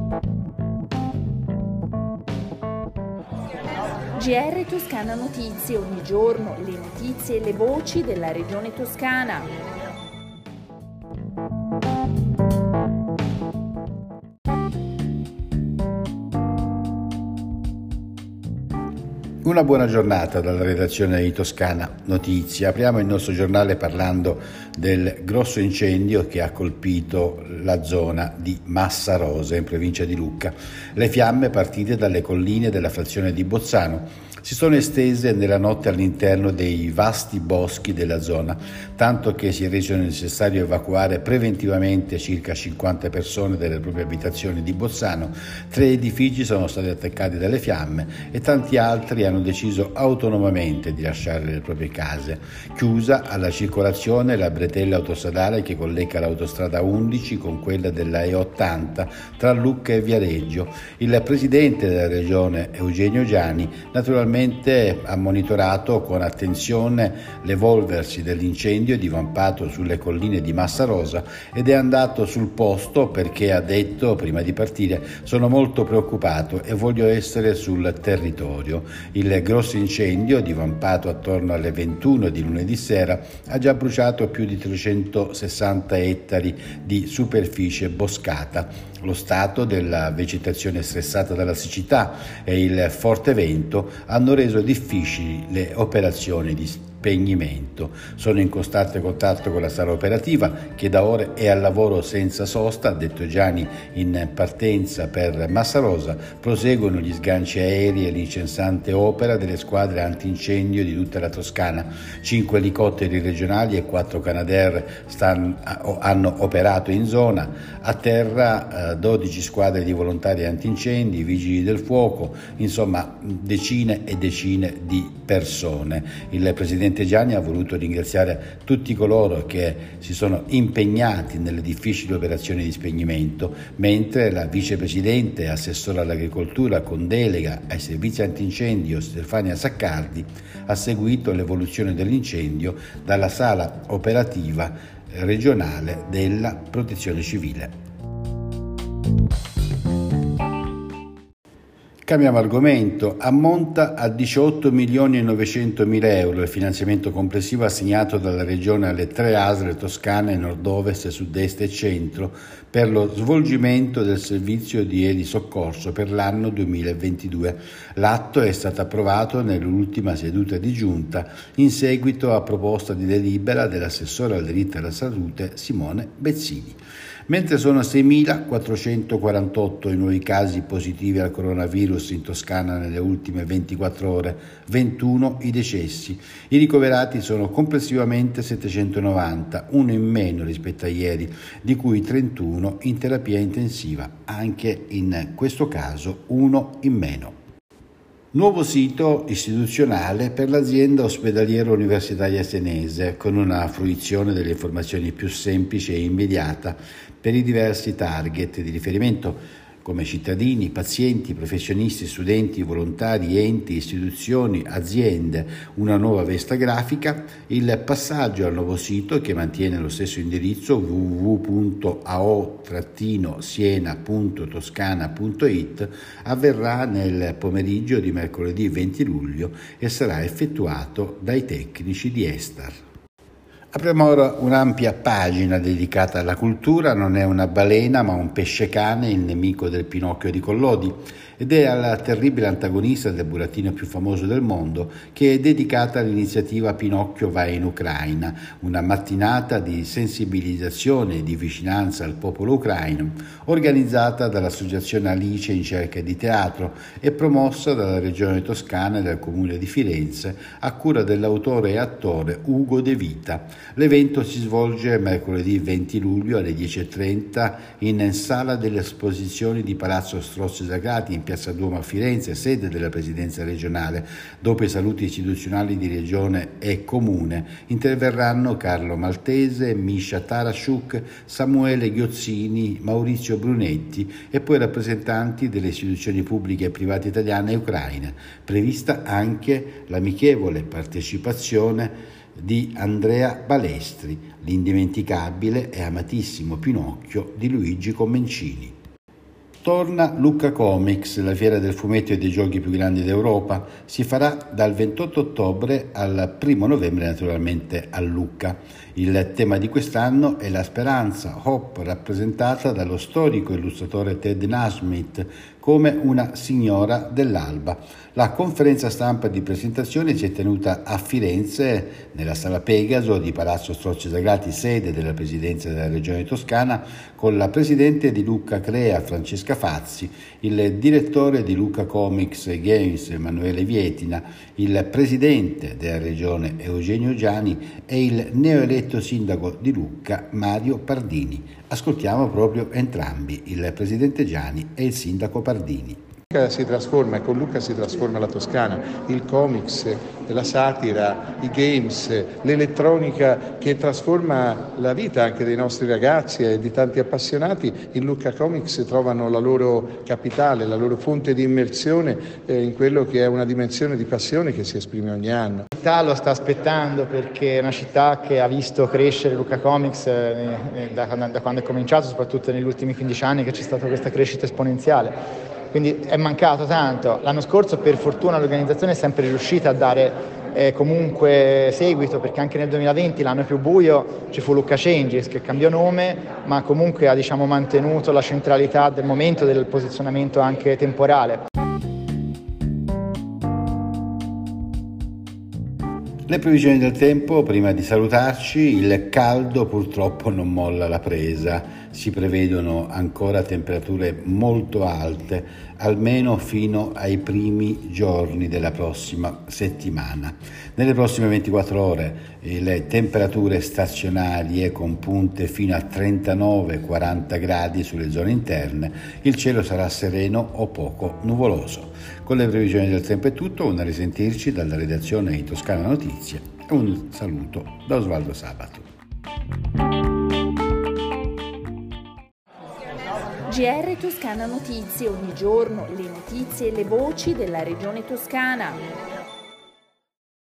GR Toscana Notizie, ogni giorno le notizie e le voci della regione toscana. Una buona giornata dalla redazione di Toscana Notizie. Apriamo il nostro giornale parlando del grosso incendio che ha colpito la zona di Massa Rosa in provincia di Lucca. Le fiamme, partite dalle colline della frazione di Bozzano, si sono estese nella notte all'interno dei vasti boschi della zona, tanto che si è reso necessario evacuare preventivamente circa 50 persone dalle proprie abitazioni di Bozzano. 3 edifici sono stati attaccati dalle fiamme e tanti altri hanno deciso autonomamente di lasciare le proprie case. Chiusa alla circolazione la bretella autostradale che collega l'autostrada 11 con quella della E80 tra Lucca e Viareggio. Il presidente della regione Eugenio Giani naturalmente ha monitorato con attenzione l'evolversi dell'incendio divampato sulle colline di Massa Rosa ed è andato sul posto perché ha detto prima di partire: sono molto preoccupato e voglio essere sul territorio. Il grosso incendio divampato attorno alle 21 di lunedì sera ha già bruciato più di 360 ettari di superficie boscata. Lo stato della vegetazione stressata dalla siccità e il forte vento hanno reso difficili le operazioni di spegnimento. Sono in costante contatto con la sala operativa che da ore è al lavoro senza sosta, ha detto Giani in partenza per Massa Rosa. Proseguono gli sganci aerei e l'incessante opera delle squadre antincendio di tutta la Toscana. 5 elicotteri regionali e 4 Canadair hanno operato in zona. A terra 12 squadre di volontari antincendi, vigili del fuoco, insomma decine e decine di persone. Il presidente Giani ha voluto ringraziare tutti coloro che si sono impegnati nelle difficili operazioni di spegnimento, mentre la vicepresidente e assessora all'agricoltura con delega ai servizi antincendio Stefania Saccardi ha seguito l'evoluzione dell'incendio dalla sala operativa regionale della Protezione Civile. Cambiamo argomento. Ammonta a 18.900.000 euro il finanziamento complessivo assegnato dalla Regione alle 3 ASL toscane nord-ovest, sud-est e centro per lo svolgimento del servizio di elisoccorso per l'anno 2022. L'atto è stato approvato nell'ultima seduta di giunta in seguito a proposta di delibera dell'assessore al diritto alla salute Simone Bezzini. Mentre sono 6.448 i nuovi casi positivi al coronavirus in Toscana nelle ultime 24 ore, 21 i decessi. I ricoverati sono complessivamente 790, uno in meno rispetto a ieri, di cui 31 in terapia intensiva, anche in questo caso uno in meno. Nuovo sito istituzionale per l'azienda ospedaliera universitaria senese, con una fruizione delle informazioni più semplice e immediata per i diversi target di riferimento come cittadini, pazienti, professionisti, studenti, volontari, enti, istituzioni, aziende. Una nuova vesta grafica, il passaggio al nuovo sito che mantiene lo stesso indirizzo www.ao-siena.toscana.it avverrà nel pomeriggio di mercoledì 20 luglio e sarà effettuato dai tecnici di Estar. Apriamo ora un'ampia pagina dedicata alla cultura. Non è una balena ma un pesce cane, il nemico del Pinocchio di Collodi, ed è alla terribile antagonista del burattino più famoso del mondo che è dedicata l'iniziativa Pinocchio va in Ucraina, una mattinata di sensibilizzazione e di vicinanza al popolo ucraino, organizzata dall'associazione Alice in cerca di teatro e promossa dalla regione Toscana e dal comune di Firenze a cura dell'autore e attore Ugo De Vita. L'evento si svolge mercoledì 20 luglio alle 10.30 in sala delle esposizioni di Palazzo Strozzi Sagrati in Piazza Duomo a Firenze, sede della presidenza regionale. Dopo i saluti istituzionali di regione e comune interverranno Carlo Maltese, Misha Tarasciuk, Samuele Ghiozzini, Maurizio Brunetti e poi rappresentanti delle istituzioni pubbliche e private italiane e ucraine. Prevista anche l'amichevole partecipazione di Andrea Balestri, l'indimenticabile e amatissimo Pinocchio di Luigi Commencini. Torna Lucca Comics, la fiera del fumetto e dei giochi più grandi d'Europa. Si farà dal 28 ottobre al 1 novembre naturalmente a Lucca. Il tema di quest'anno è la speranza, Hope, rappresentata dallo storico illustratore Ted Nasmith come una signora dell'alba. La conferenza stampa di presentazione si è tenuta a Firenze, nella Sala Pegaso di Palazzo Strozzi Sagrati, sede della Presidenza della Regione Toscana, con la Presidente di Lucca Crea, Francesca Fazzi, il Direttore di Lucca Comics e Games, Emanuele Vietina, il Presidente della Regione, Eugenio Giani, e il neoeletto Sindaco di Lucca, Mario Pardini. Ascoltiamo proprio entrambi, il Presidente Giani e il Sindaco Pardini. Si trasforma, e con Lucca si trasforma la Toscana, il comics, la satira, i games, l'elettronica che trasforma la vita anche dei nostri ragazzi e di tanti appassionati. In Lucca Comics trovano la loro capitale, la loro fonte di immersione in quello che è una dimensione di passione che si esprime ogni anno. La città lo sta aspettando perché è una città che ha visto crescere Lucca Comics da quando è cominciato, soprattutto negli ultimi 15 anni che c'è stata questa crescita esponenziale. Quindi è mancato tanto. L'anno scorso per fortuna l'organizzazione è sempre riuscita a dare comunque seguito, perché anche nel 2020, l'anno più buio, ci fu Lucca Changes che cambiò nome, ma comunque ha mantenuto la centralità del momento, del posizionamento anche temporale. Le previsioni del tempo, prima di salutarci: il caldo purtroppo non molla la presa, si prevedono ancora temperature molto alte, almeno fino ai primi giorni della prossima settimana. Nelle prossime 24 ore le temperature stazionarie con punte fino a 39-40 gradi sulle zone interne, il cielo sarà sereno o poco nuvoloso. Con le previsioni del tempo è tutto, un a risentirci dalla redazione di Toscana Notizie e un saluto da Osvaldo Sabato. GR Toscana Notizie, ogni giorno le notizie e le voci della regione toscana.